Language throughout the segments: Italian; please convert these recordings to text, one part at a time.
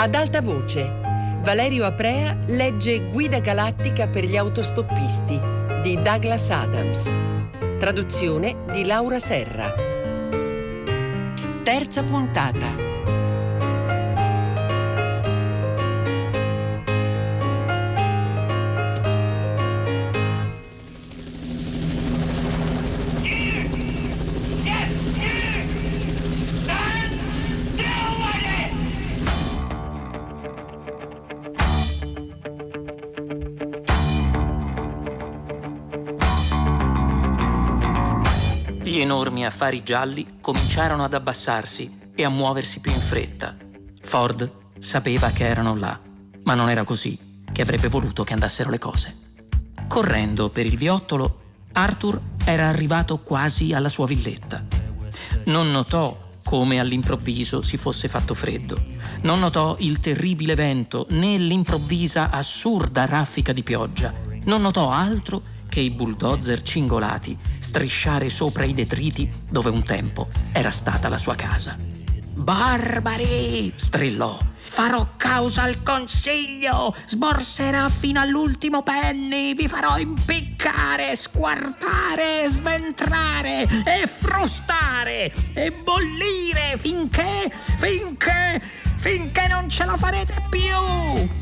Ad alta voce, Valerio Aprea legge Guida galattica per gli autostoppisti di Douglas Adams. Traduzione di Laura Serra. Terza puntata. Gli enormi affari gialli cominciarono ad abbassarsi e a muoversi più in fretta. Ford sapeva che erano là, ma non era così che avrebbe voluto che andassero le cose. Correndo per il viottolo, Arthur era arrivato quasi alla sua villetta. Non notò come all'improvviso si fosse fatto freddo. Non notò il terribile vento né l'improvvisa assurda raffica di pioggia. Non notò altro che i bulldozer cingolati strisciare sopra i detriti dove un tempo era stata la sua casa. «Barbari!» strillò. «Farò causa al consiglio! Sborserà fino all'ultimo penny! Vi farò impiccare, squartare, sventrare e frustare e bollire finché non ce la farete più!»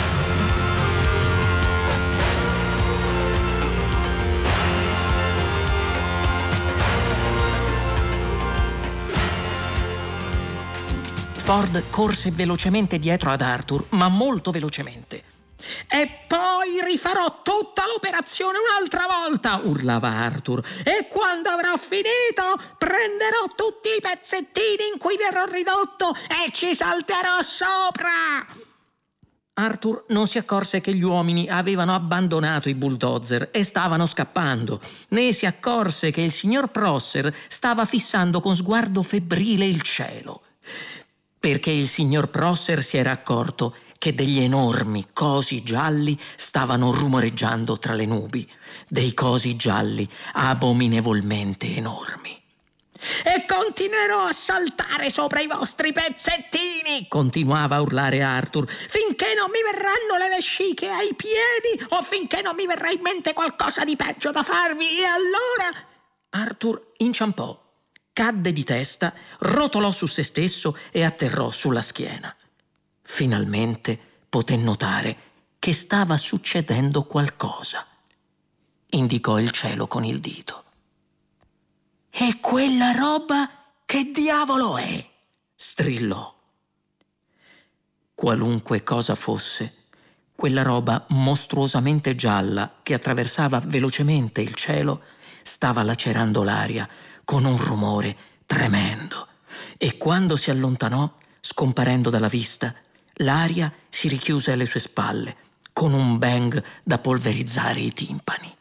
Ford corse velocemente dietro ad Arthur, ma molto velocemente. «E poi rifarò tutta l'operazione un'altra volta!» urlava Arthur. «E quando avrò finito, prenderò tutti i pezzettini in cui vi ero ridotto e ci salterò sopra!» Arthur non si accorse che gli uomini avevano abbandonato i bulldozer e stavano scappando, né si accorse che il signor Prosser stava fissando con sguardo febbrile il cielo. Perché il signor Prosser si era accorto che degli enormi cosi gialli stavano rumoreggiando tra le nubi, dei cosi gialli abominevolmente enormi. «E continuerò a saltare sopra i vostri pezzettini!» continuava a urlare Arthur, «finché non mi verranno le vesciche ai piedi o finché non mi verrà in mente qualcosa di peggio da farvi, e allora...» Arthur inciampò. Cadde di testa, rotolò su se stesso e atterrò sulla schiena. Finalmente poté notare che stava succedendo qualcosa. Indicò il cielo con il dito. «E quella roba che diavolo è?» strillò. Qualunque cosa fosse, quella roba mostruosamente gialla che attraversava velocemente il cielo stava lacerando l'aria con un rumore tremendo, e quando si allontanò, scomparendo dalla vista, l'aria si richiuse alle sue spalle con un bang da polverizzare i timpani.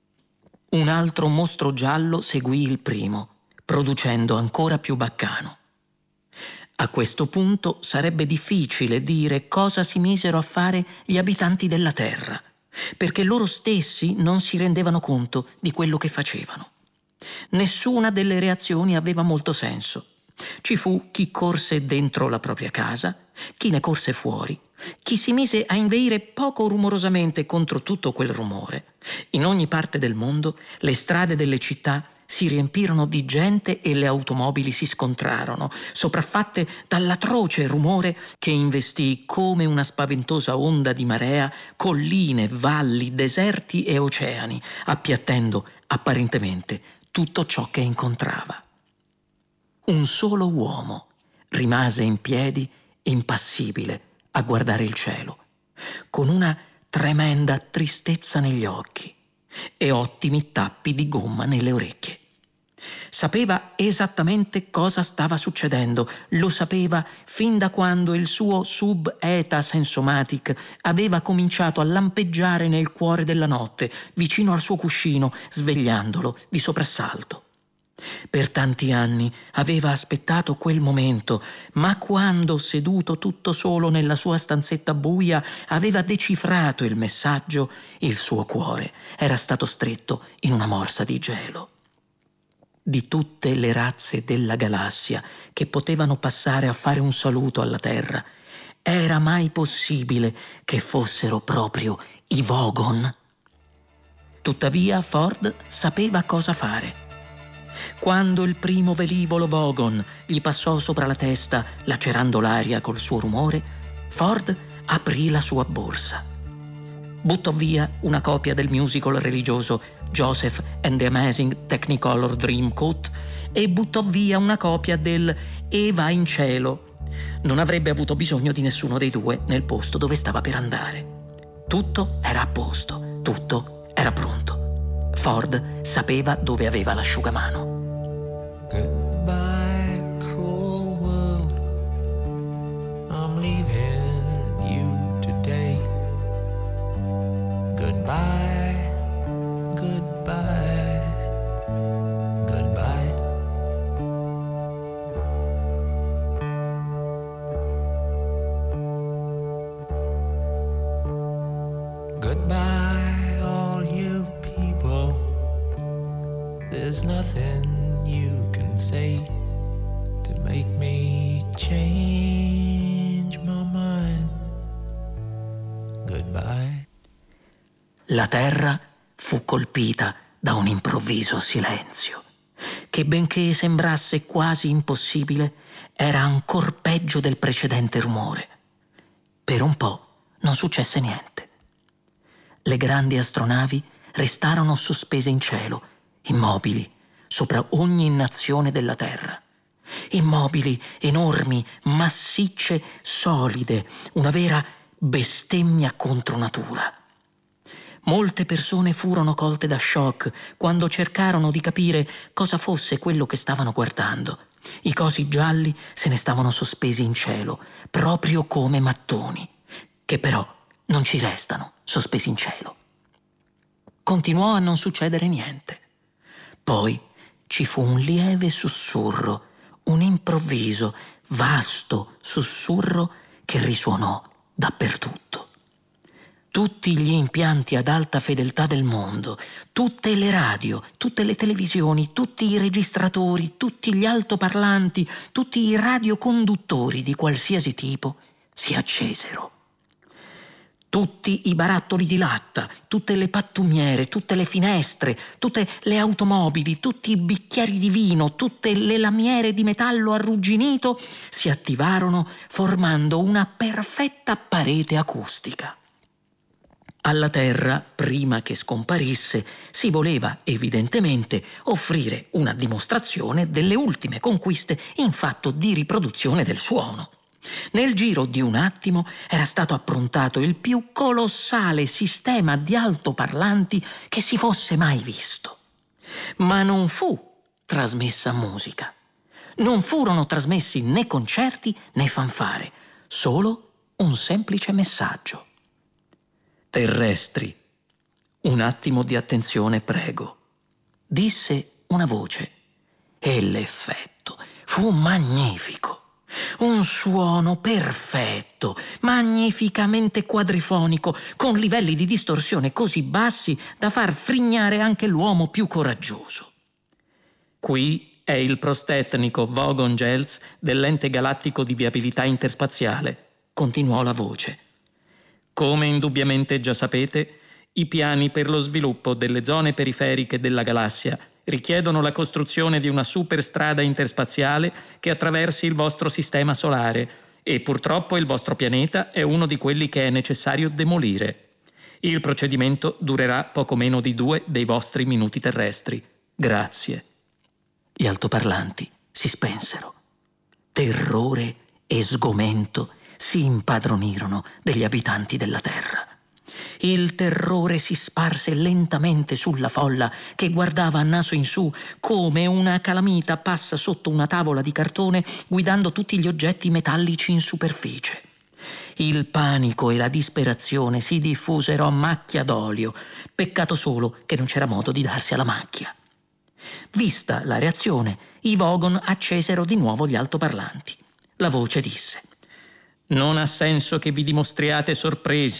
Un altro mostro giallo seguì il primo, producendo ancora più baccano. A questo punto sarebbe difficile dire cosa si misero a fare gli abitanti della terra, perché loro stessi non si rendevano conto di quello che facevano. Nessuna delle reazioni aveva molto senso. Ci fu chi corse dentro la propria casa, chi ne corse fuori, chi si mise a inveire poco rumorosamente contro tutto quel rumore. In ogni parte del mondo le strade delle città si riempirono di gente e le automobili si scontrarono, sopraffatte dall'atroce rumore che investì come una spaventosa onda di marea colline, valli, deserti e oceani, appiattendo apparentemente tutto ciò che incontrava. Un solo uomo rimase in piedi, impassibile, a guardare il cielo, con una tremenda tristezza negli occhi e ottimi tappi di gomma nelle orecchie. Sapeva esattamente cosa stava succedendo, lo sapeva fin da quando il suo sub-eta sensomatic aveva cominciato a lampeggiare nel cuore della notte, vicino al suo cuscino, svegliandolo di soprassalto. Per tanti anni aveva aspettato quel momento, ma quando, seduto tutto solo nella sua stanzetta buia, aveva decifrato il messaggio, il suo cuore era stato stretto in una morsa di gelo. Di tutte le razze della galassia che potevano passare a fare un saluto alla Terra, Era mai possibile che fossero proprio i Vogon? Tuttavia Ford sapeva cosa fare. Quando il primo velivolo Vogon gli passò sopra la testa, lacerando l'aria col suo rumore, Ford aprì la sua borsa. Buttò via una copia del musical religioso Joseph and the Amazing Technicolor Dreamcoat e buttò via una copia del E va in cielo. Non avrebbe avuto bisogno di nessuno dei due nel posto dove stava per andare. Tutto era a posto, tutto era pronto. Ford sapeva dove aveva l'asciugamano. Goodbye, cruel world. I'm leaving you today. Goodbye, goodbye, goodbye. Goodbye, all you people. There's nothing you can say to make me change my mind. Goodbye. La terra fu colpita da un improvviso silenzio, che benché sembrasse quasi impossibile, era ancor peggio del precedente rumore. Per un po' non successe niente. Le grandi astronavi restarono sospese in cielo, immobili, sopra ogni nazione della Terra. Immobili, enormi, massicce, solide, una vera bestemmia contro natura. Molte persone furono colte da shock quando cercarono di capire cosa fosse quello che stavano guardando. I cosi gialli se ne stavano sospesi in cielo, proprio come mattoni, che però non ci restano sospesi in cielo. Continuò a non succedere niente. Poi ci fu un lieve sussurro, un improvviso, vasto sussurro che risuonò dappertutto. Tutti gli impianti ad alta fedeltà del mondo, tutte le radio, tutte le televisioni, tutti i registratori, tutti gli altoparlanti, tutti i radioconduttori di qualsiasi tipo si accesero. Tutti i barattoli di latta, tutte le pattumiere, tutte le finestre, tutte le automobili, tutti i bicchieri di vino, tutte le lamiere di metallo arrugginito si attivarono formando una perfetta parete acustica. Alla Terra, prima che scomparisse, si voleva evidentemente offrire una dimostrazione delle ultime conquiste in fatto di riproduzione del suono. Nel giro di un attimo era stato approntato il più colossale sistema di altoparlanti che si fosse mai visto. Ma non fu trasmessa musica. Non furono trasmessi né concerti né fanfare, solo un semplice messaggio. Terrestri, un attimo di attenzione, prego, disse una voce, e l'effetto fu magnifico. Un suono perfetto, magnificamente quadrifonico, con livelli di distorsione così bassi da far frignare anche l'uomo più coraggioso. Qui è il prostetnico Vogon Gels dell'ente galattico di viabilità interspaziale, continuò la voce. Come indubbiamente già sapete, i piani per lo sviluppo delle zone periferiche della galassia richiedono la costruzione di una superstrada interspaziale che attraversi il vostro sistema solare e purtroppo il vostro pianeta è uno di quelli che è necessario demolire. Il procedimento durerà poco meno di 2 dei vostri minuti terrestri. Grazie. Gli altoparlanti si spensero. Terrore e sgomento si impadronirono degli abitanti della Terra. Il terrore si sparse lentamente sulla folla che guardava a naso in su come una calamita passa sotto una tavola di cartone guidando tutti gli oggetti metallici in superficie. Il panico e la disperazione si diffusero a macchia d'olio, peccato solo che non c'era modo di darsi alla macchia. Vista la reazione, i Vogon accesero di nuovo gli altoparlanti. La voce disse: «Non ha senso che vi dimostriate sorpresi.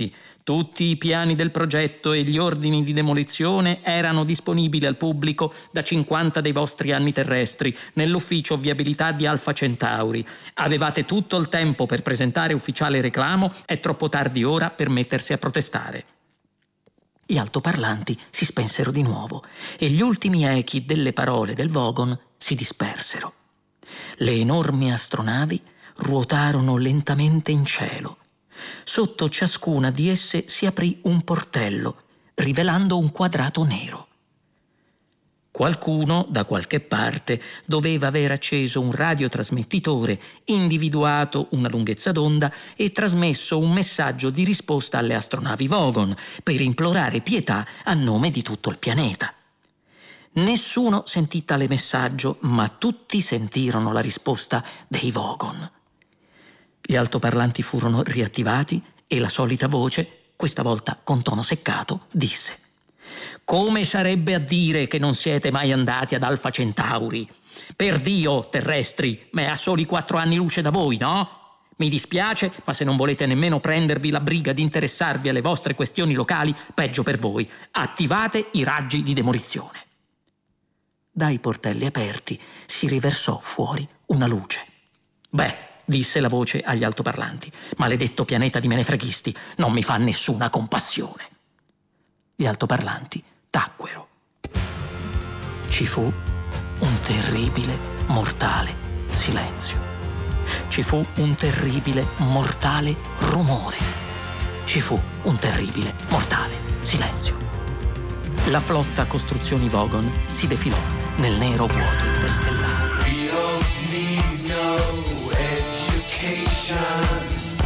Tutti i piani del progetto e gli ordini di demolizione erano disponibili al pubblico da 50 dei vostri anni terrestri nell'ufficio viabilità di Alfa Centauri. Avevate tutto il tempo per presentare ufficiale reclamo, è troppo tardi ora per mettersi a protestare. Gli altoparlanti si spensero di nuovo e gli ultimi echi delle parole del Vogon si dispersero. Le enormi astronavi ruotarono lentamente in cielo. Sotto ciascuna di esse si aprì un portello, rivelando un quadrato nero. Qualcuno, da qualche parte, doveva aver acceso un radiotrasmettitore, individuato una lunghezza d'onda e trasmesso un messaggio di risposta alle astronavi Vogon per implorare pietà a nome di tutto il pianeta. Nessuno sentì tale messaggio, ma tutti sentirono la risposta dei Vogon. Gli altoparlanti furono riattivati e la solita voce, questa volta con tono seccato, disse: «Come sarebbe a dire che non siete mai andati ad Alfa Centauri? Per Dio, terrestri, ma è a soli 4 anni luce da voi, no? Mi dispiace, ma se non volete nemmeno prendervi la briga di interessarvi alle vostre questioni locali, peggio per voi. Attivate i raggi di demolizione». Dai portelli aperti si riversò fuori una luce. «Beh», disse la voce agli altoparlanti, «maledetto pianeta di menefreghisti, non mi fa nessuna compassione». Gli altoparlanti tacquero. Ci fu un terribile, mortale silenzio. Ci fu un terribile, mortale rumore. Ci fu un terribile, mortale silenzio. La flotta costruzioni Vogon si defilò nel nero vuoto interstellare. We don't need no education.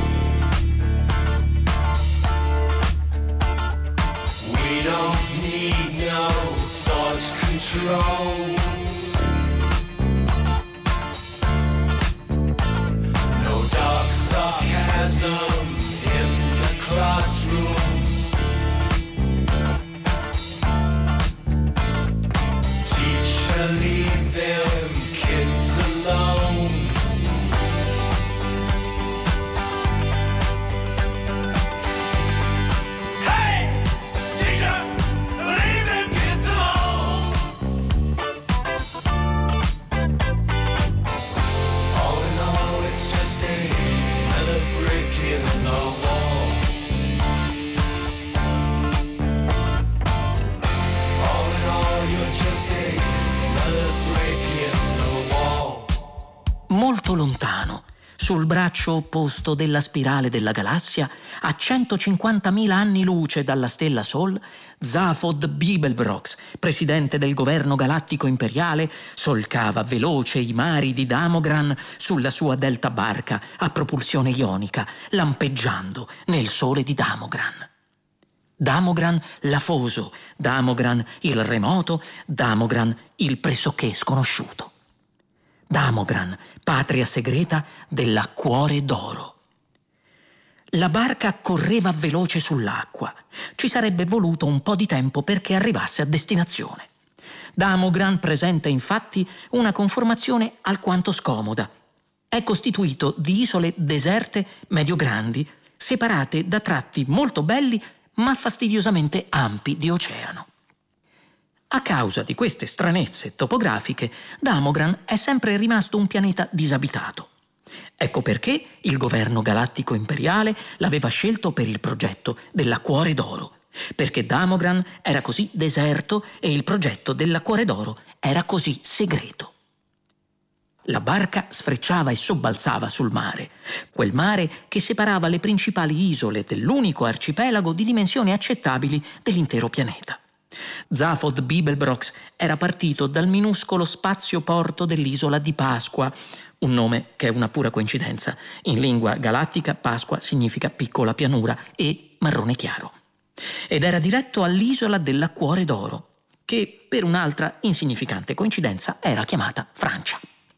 We don't need no thought control. No dark sarcasm in the classroom. Teacher, leave them kids alone. Molto lontano, sul braccio opposto della spirale della galassia, a 150.000 anni luce dalla stella Sol, Zaphod Beeblebrox, presidente del governo galattico imperiale, solcava veloce i mari di Damogran sulla sua delta barca a propulsione ionica, lampeggiando nel sole di Damogran. Damogran l'afoso, Damogran il remoto, Damogran il pressoché sconosciuto. Damogran, patria segreta della Cuore d'Oro. La barca correva veloce sull'acqua. Ci sarebbe voluto un po' di tempo perché arrivasse a destinazione. Damogran presenta infatti una conformazione alquanto scomoda. È costituito di isole deserte medio-grandi, separate da tratti molto belli ma fastidiosamente ampi di oceano. A causa di queste stranezze topografiche, Damogran è sempre rimasto un pianeta disabitato. Ecco perché il governo galattico imperiale l'aveva scelto per il progetto della Cuore d'Oro, perché Damogran era così deserto e il progetto della Cuore d'Oro era così segreto. La barca sfrecciava e sobbalzava sul mare, quel mare che separava le principali isole dell'unico arcipelago di dimensioni accettabili dell'intero pianeta. Zaphod Beeblebrox era partito dal minuscolo spazioporto dell'isola di Pasqua, un nome che è una pura coincidenza. In lingua galattica Pasqua significa piccola pianura e marrone chiaro. Ed era diretto all'isola della Cuore d'Oro, che per un'altra insignificante coincidenza era chiamata Francia.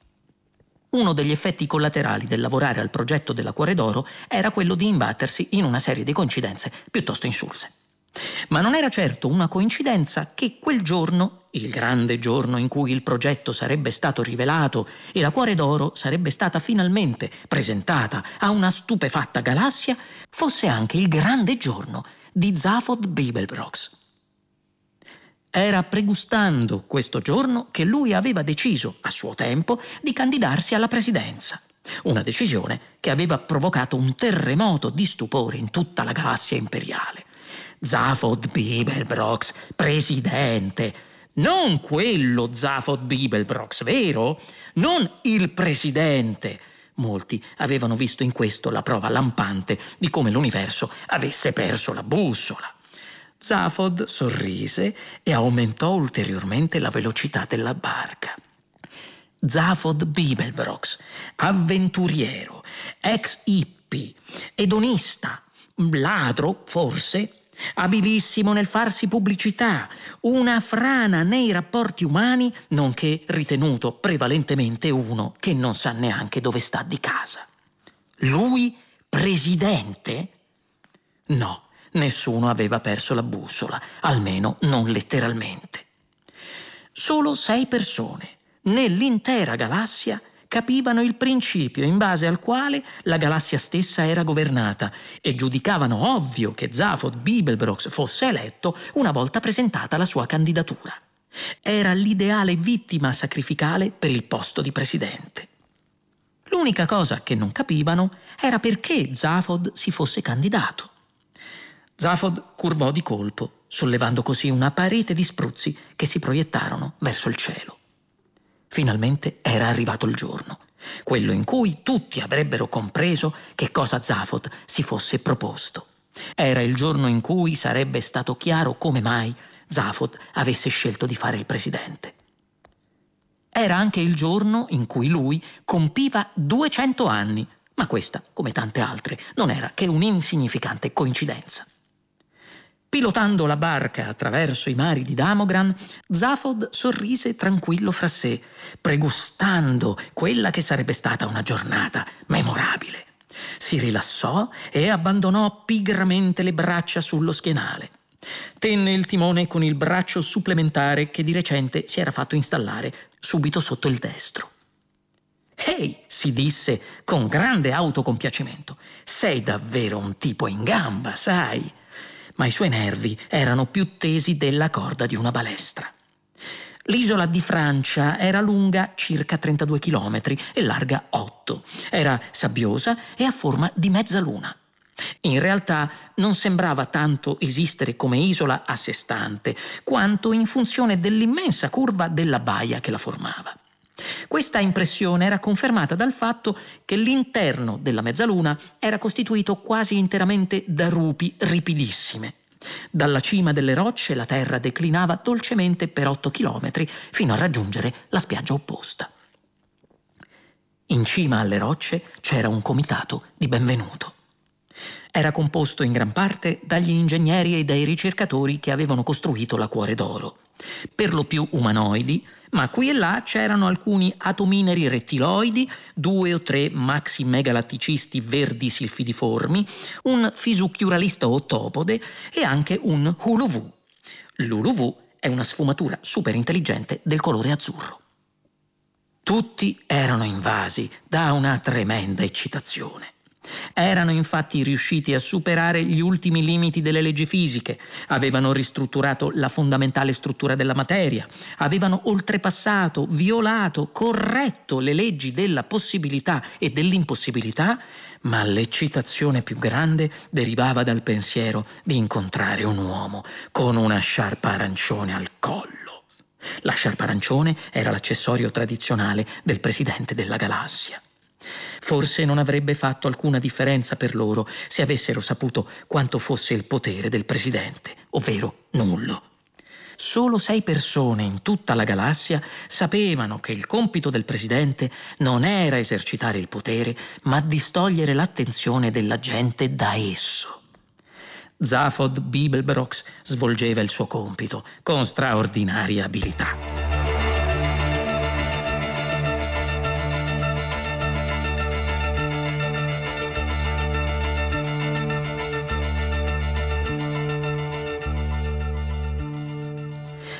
Uno degli effetti collaterali del lavorare al progetto della Cuore d'Oro era quello di imbattersi in una serie di coincidenze piuttosto insulse. Ma non era certo una coincidenza che quel giorno, il grande giorno in cui il progetto sarebbe stato rivelato e la Cuore d'Oro sarebbe stata finalmente presentata a una stupefatta galassia, fosse anche il grande giorno di Zaphod Beeblebrox. Era pregustando questo giorno che lui aveva deciso, a suo tempo, di candidarsi alla presidenza. Una decisione che aveva provocato un terremoto di stupore in tutta la galassia imperiale. Zaphod Beeblebrox, presidente. Non quello Zaphod Beeblebrox, vero? Non il presidente. Molti avevano visto in questo la prova lampante di come l'universo avesse perso la bussola. Zaphod sorrise e aumentò ulteriormente la velocità della barca. Zaphod Beeblebrox, avventuriero, ex hippie, edonista, ladro, forse, abilissimo nel farsi pubblicità, una frana nei rapporti umani, nonché ritenuto prevalentemente uno che non sa neanche dove sta di casa. Lui presidente? No, nessuno aveva perso la bussola, almeno non letteralmente. Solo 6 persone nell'intera galassia capivano il principio in base al quale la galassia stessa era governata e giudicavano ovvio che Zaphod Beeblebrox fosse eletto una volta presentata la sua candidatura. Era l'ideale vittima sacrificale per il posto di presidente. L'unica cosa che non capivano era perché Zaphod si fosse candidato. Zaphod curvò di colpo, sollevando così una parete di spruzzi che si proiettarono verso il cielo. Finalmente era arrivato il giorno, quello in cui tutti avrebbero compreso che cosa Zaphod si fosse proposto. Era il giorno in cui sarebbe stato chiaro come mai Zaphod avesse scelto di fare il presidente. Era anche il giorno in cui lui compiva 200 anni, ma questa, come tante altre, non era che un'insignificante coincidenza. Pilotando la barca attraverso i mari di Damogran, Zaphod sorrise tranquillo fra sé, pregustando quella che sarebbe stata una giornata memorabile. Si rilassò e abbandonò pigramente le braccia sullo schienale. Tenne il timone con il braccio supplementare che di recente si era fatto installare subito sotto il destro. «Ehi», si disse con grande autocompiacimento, «sei davvero un tipo in gamba, sai?» Ma i suoi nervi erano più tesi della corda di una balestra. L'isola di Francia era lunga circa 32 chilometri e larga 8. Era sabbiosa e a forma di mezzaluna. In realtà non sembrava tanto esistere come isola a sé stante, quanto in funzione dell'immensa curva della baia che la formava. Questa impressione era confermata dal fatto che l'interno della mezzaluna era costituito quasi interamente da rupi ripidissime. Dalla cima delle rocce la terra declinava dolcemente per 8 chilometri fino a raggiungere la spiaggia opposta. In cima alle rocce c'era un comitato di benvenuto. Era composto in gran parte dagli ingegneri e dai ricercatori che avevano costruito la Cuore d'Oro. Per lo più umanoidi, ma qui e là c'erano alcuni atomineri rettiloidi, 2 o 3 maxi-megalatticisti verdi silfidiformi, un fisucchiuralista ottopode e anche un Huluvu. L'Huluvu è una sfumatura super intelligente del colore azzurro. Tutti erano invasi da una tremenda eccitazione. Erano infatti riusciti a superare gli ultimi limiti delle leggi fisiche, avevano ristrutturato la fondamentale struttura della materia, avevano oltrepassato, violato, corretto le leggi della possibilità e dell'impossibilità, ma l'eccitazione più grande derivava dal pensiero di incontrare un uomo con una sciarpa arancione al collo. La sciarpa arancione era l'accessorio tradizionale del presidente della galassia. Forse non avrebbe fatto alcuna differenza per loro se avessero saputo quanto fosse il potere del presidente, ovvero nullo. Solo 6 persone in tutta la galassia sapevano che il compito del presidente non era esercitare il potere, ma distogliere l'attenzione della gente da esso. Zaphod Beeblebrox svolgeva il suo compito con straordinaria abilità.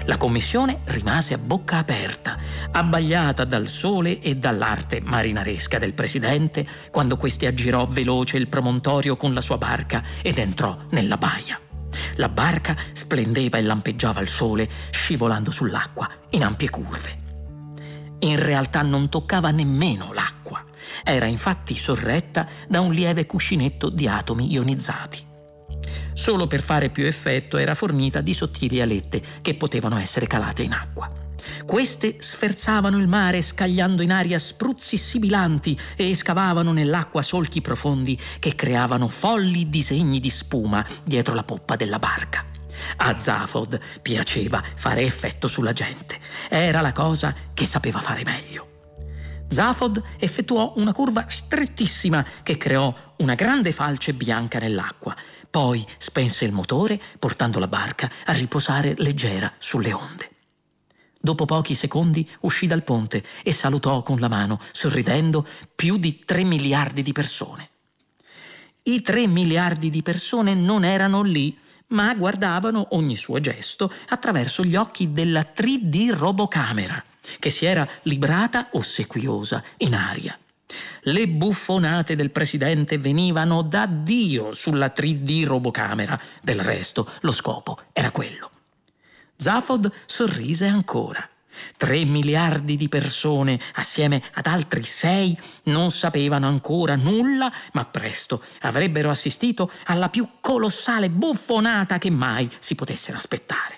La commissione rimase a bocca aperta, abbagliata dal sole e dall'arte marinaresca del presidente, quando questi aggirò veloce il promontorio con la sua barca ed entrò nella baia. La barca splendeva e lampeggiava al sole, scivolando sull'acqua in ampie curve. In realtà non toccava nemmeno l'acqua. Era infatti sorretta da un lieve cuscinetto di atomi ionizzati. Solo per fare più effetto era fornita di sottili alette che potevano essere calate in acqua. Queste sferzavano il mare scagliando in aria spruzzi sibilanti e scavavano nell'acqua solchi profondi che creavano folli disegni di spuma dietro la poppa della barca. A Zaphod piaceva fare effetto sulla gente. Era la cosa che sapeva fare meglio. Zaphod effettuò una curva strettissima che creò una grande falce bianca nell'acqua. Poi spense il motore, portando la barca a riposare leggera sulle onde. Dopo pochi secondi uscì dal ponte e salutò con la mano, sorridendo, più di 3 miliardi di persone. I 3 miliardi di persone non erano lì, ma guardavano ogni suo gesto attraverso gli occhi della 3D robocamera, che si era librata ossequiosa in aria. Le buffonate del presidente venivano da Dio sulla 3D robocamera. Del resto, lo scopo era quello. Zaphod sorrise ancora. 3 miliardi di persone, assieme ad altri 6, non sapevano ancora nulla, ma presto avrebbero assistito alla più colossale buffonata che mai si potessero aspettare.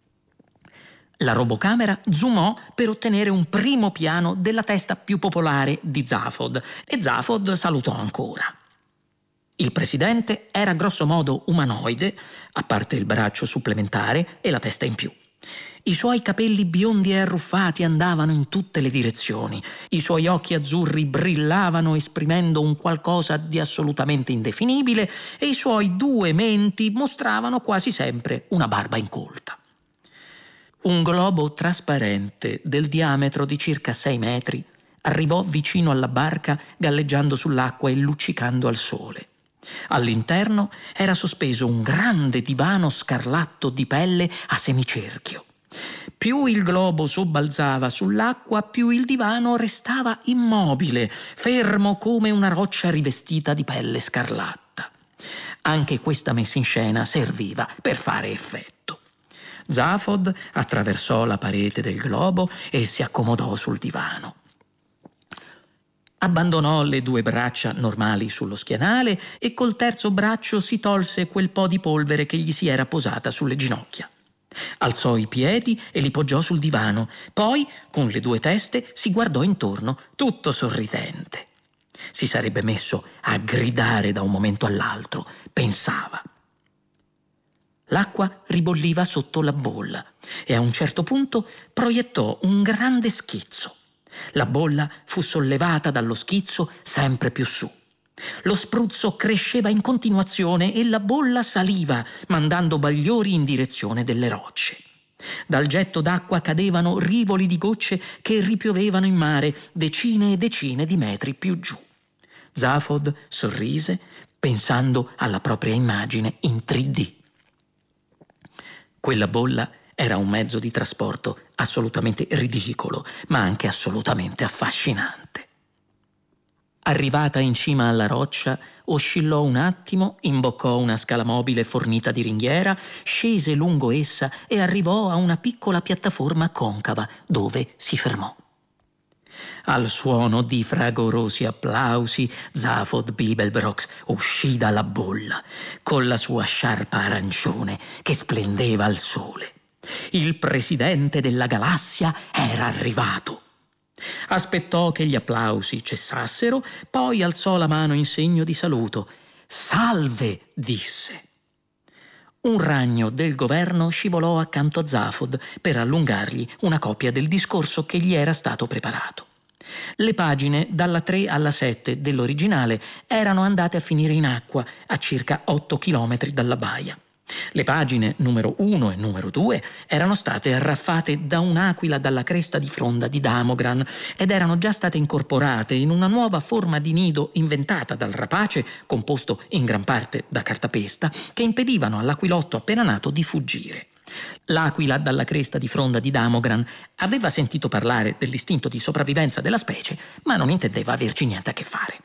La robocamera zoomò per ottenere un primo piano della testa più popolare di Zaphod e Zaphod salutò ancora. Il presidente era grossomodo umanoide, a parte il braccio supplementare e la testa in più. I suoi capelli biondi e arruffati andavano in tutte le direzioni. I suoi occhi azzurri brillavano esprimendo un qualcosa di assolutamente indefinibile e i suoi 2 menti mostravano quasi sempre una barba incolta. Un globo trasparente del diametro di circa 6 metri arrivò vicino alla barca galleggiando sull'acqua e luccicando al sole. All'interno era sospeso un grande divano scarlatto di pelle a semicerchio. Più il globo sobbalzava sull'acqua, più il divano restava immobile, fermo come una roccia rivestita di pelle scarlatta. Anche questa messa in scena serviva per fare effetto. Zaphod attraversò la parete del globo e si accomodò sul divano. Abbandonò le 2 braccia normali sullo schienale e col terzo braccio si tolse quel po' di polvere che gli si era posata sulle ginocchia. Alzò i piedi e li poggiò sul divano, poi con le 2 teste si guardò intorno, tutto sorridente. Si sarebbe messo a gridare da un momento all'altro, pensava. L'acqua ribolliva sotto la bolla e a un certo punto proiettò un grande schizzo. La bolla fu sollevata dallo schizzo sempre più su. Lo spruzzo cresceva in continuazione e la bolla saliva, mandando bagliori in direzione delle rocce. Dal getto d'acqua cadevano rivoli di gocce che ripiovevano in mare decine e decine di metri più giù. Zaphod sorrise, pensando alla propria immagine in 3D. Quella bolla era un mezzo di trasporto assolutamente ridicolo, ma anche assolutamente affascinante. Arrivata in cima alla roccia, oscillò un attimo, imboccò una scala mobile fornita di ringhiera, scese lungo essa e arrivò a una piccola piattaforma concava, dove si fermò. Al suono di fragorosi applausi, Zaphod Beeblebrox uscì dalla bolla, con la sua sciarpa arancione che splendeva al sole. Il presidente della galassia era arrivato. Aspettò che gli applausi cessassero, poi alzò la mano in segno di saluto. «Salve!» disse. Un ragno del governo scivolò accanto a Zaphod per allungargli una copia del discorso che gli era stato preparato. Le pagine dalla 3 alla 7 dell'originale erano andate a finire in acqua a circa 8 chilometri dalla baia. Le pagine numero 1 e numero 2 erano state arraffate da un'aquila dalla cresta di fronda di Damogran ed erano già state incorporate in una nuova forma di nido inventata dal rapace, composto in gran parte da cartapesta, che impedivano all'aquilotto appena nato di fuggire. L'aquila dalla cresta di fronda di Damogran aveva sentito parlare dell'istinto di sopravvivenza della specie, ma non intendeva averci niente a che fare.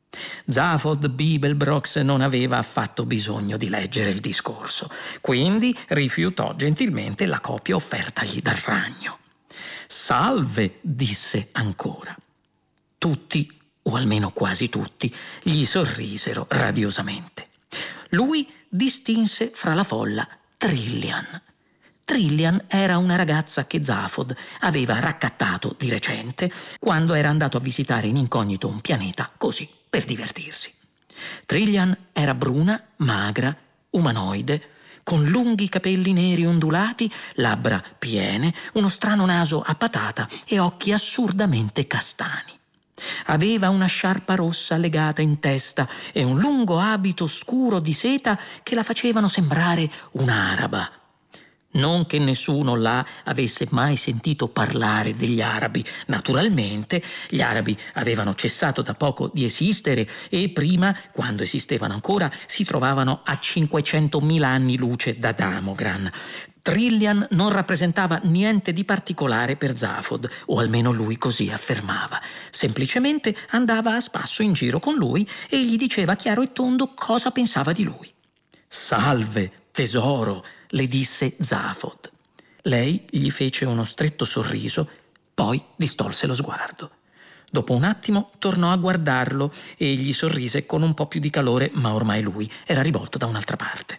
Zaphod Beeblebrox non aveva affatto bisogno di leggere il discorso, quindi rifiutò gentilmente la copia offertagli dal ragno. «Salve», disse ancora. Tutti, o almeno quasi tutti, gli sorrisero radiosamente. Lui distinse fra la folla Trillian. Trillian era una ragazza che Zaphod aveva raccattato di recente quando era andato a visitare in incognito un pianeta, così, per divertirsi. Trillian era bruna, magra, umanoide, con lunghi capelli neri ondulati, labbra piene, uno strano naso a patata e occhi assurdamente castani. Aveva una sciarpa rossa legata in testa e un lungo abito scuro di seta che la facevano sembrare un'araba. Non che nessuno là avesse mai sentito parlare degli arabi. Naturalmente, gli arabi avevano cessato da poco di esistere e prima, quando esistevano ancora, si trovavano a 500.000 anni luce da Damogran. Trillian non rappresentava niente di particolare per Zaphod, o almeno lui così affermava. Semplicemente andava a spasso in giro con lui e gli diceva chiaro e tondo cosa pensava di lui. «Salve, tesoro», le disse Zaphod. Lei gli fece uno stretto sorriso, poi distolse lo sguardo. Dopo un attimo tornò a guardarlo e gli sorrise con un po' più di calore, ma ormai lui era rivolto da un'altra parte.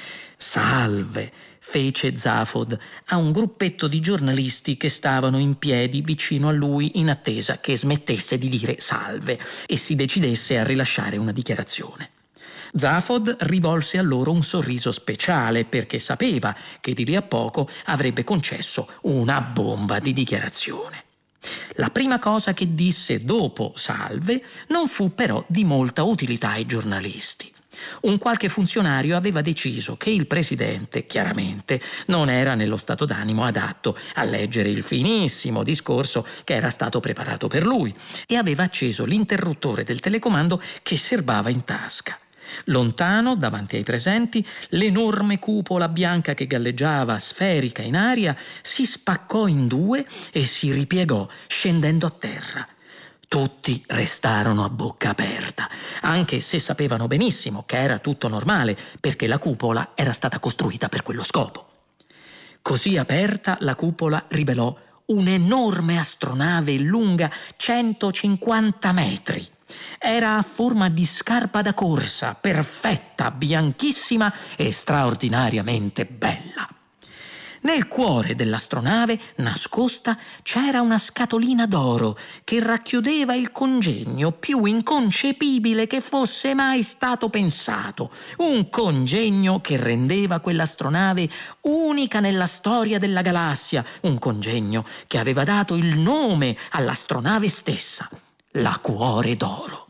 «Salve», fece Zaphod a un gruppetto di giornalisti che stavano in piedi vicino a lui in attesa che smettesse di dire salve e si decidesse a rilasciare una dichiarazione. Zaphod rivolse a loro un sorriso speciale perché sapeva che di lì a poco avrebbe concesso una bomba di dichiarazione. La prima cosa che disse dopo salve non fu però di molta utilità ai giornalisti. Un qualche funzionario aveva deciso che il presidente, chiaramente, non era nello stato d'animo adatto a leggere il finissimo discorso che era stato preparato per lui e aveva acceso l'interruttore del telecomando che serbava in tasca. Lontano, davanti ai presenti, l'enorme cupola bianca che galleggiava sferica in aria si spaccò in due e si ripiegò scendendo a terra. Tutti restarono a bocca aperta, anche se sapevano benissimo che era tutto normale perché la cupola era stata costruita per quello scopo. Così aperta, la cupola rivelò un'enorme astronave lunga 150 metri. Era a forma di scarpa da corsa, perfetta, bianchissima e straordinariamente bella. Nel cuore dell'astronave, nascosta, c'era una scatolina d'oro che racchiudeva il congegno più inconcepibile che fosse mai stato pensato. Un congegno che rendeva quell'astronave unica nella storia della galassia. Un congegno che aveva dato il nome all'astronave stessa. La Cuore d'Oro.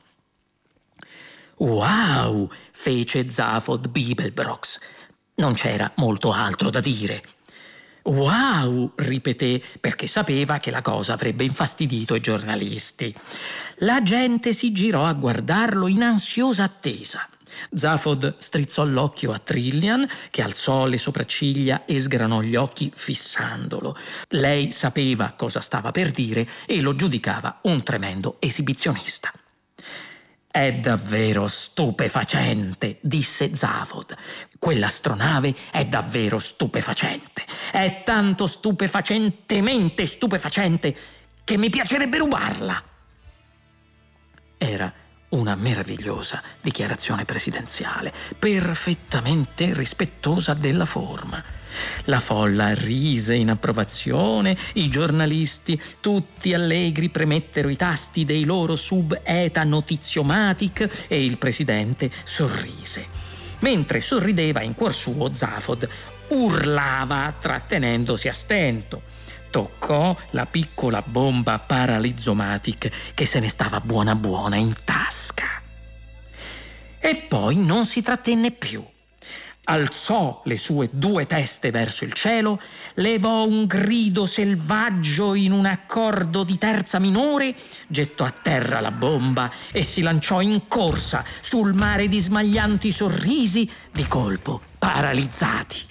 «Wow!» fece Zaphod Beeblebrox. Non c'era molto altro da dire. «Wow!» ripeté perché sapeva che la cosa avrebbe infastidito i giornalisti. La gente si girò a guardarlo in ansiosa attesa. Zaphod strizzò l'occhio a Trillian, che alzò le sopracciglia e sgranò gli occhi fissandolo. Lei sapeva cosa stava per dire e lo giudicava un tremendo esibizionista. «È davvero stupefacente», disse Zaphod. «Quell'astronave è davvero stupefacente. È tanto stupefacentemente stupefacente che mi piacerebbe rubarla». Era una meravigliosa dichiarazione presidenziale, perfettamente rispettosa della forma. La folla rise in approvazione, i giornalisti, tutti allegri, premettero i tasti dei loro sub-eta notiziomatic e il presidente sorrise. Mentre sorrideva in cuor suo, Zaphod urlava trattenendosi a stento. Toccò la piccola bomba paralizzomatic che se ne stava buona buona in tasca. E poi non si trattenne più. Alzò le sue due teste verso il cielo, levò un grido selvaggio in un accordo di terza minore, gettò a terra la bomba e si lanciò in corsa sul mare di smaglianti sorrisi, di colpo paralizzati.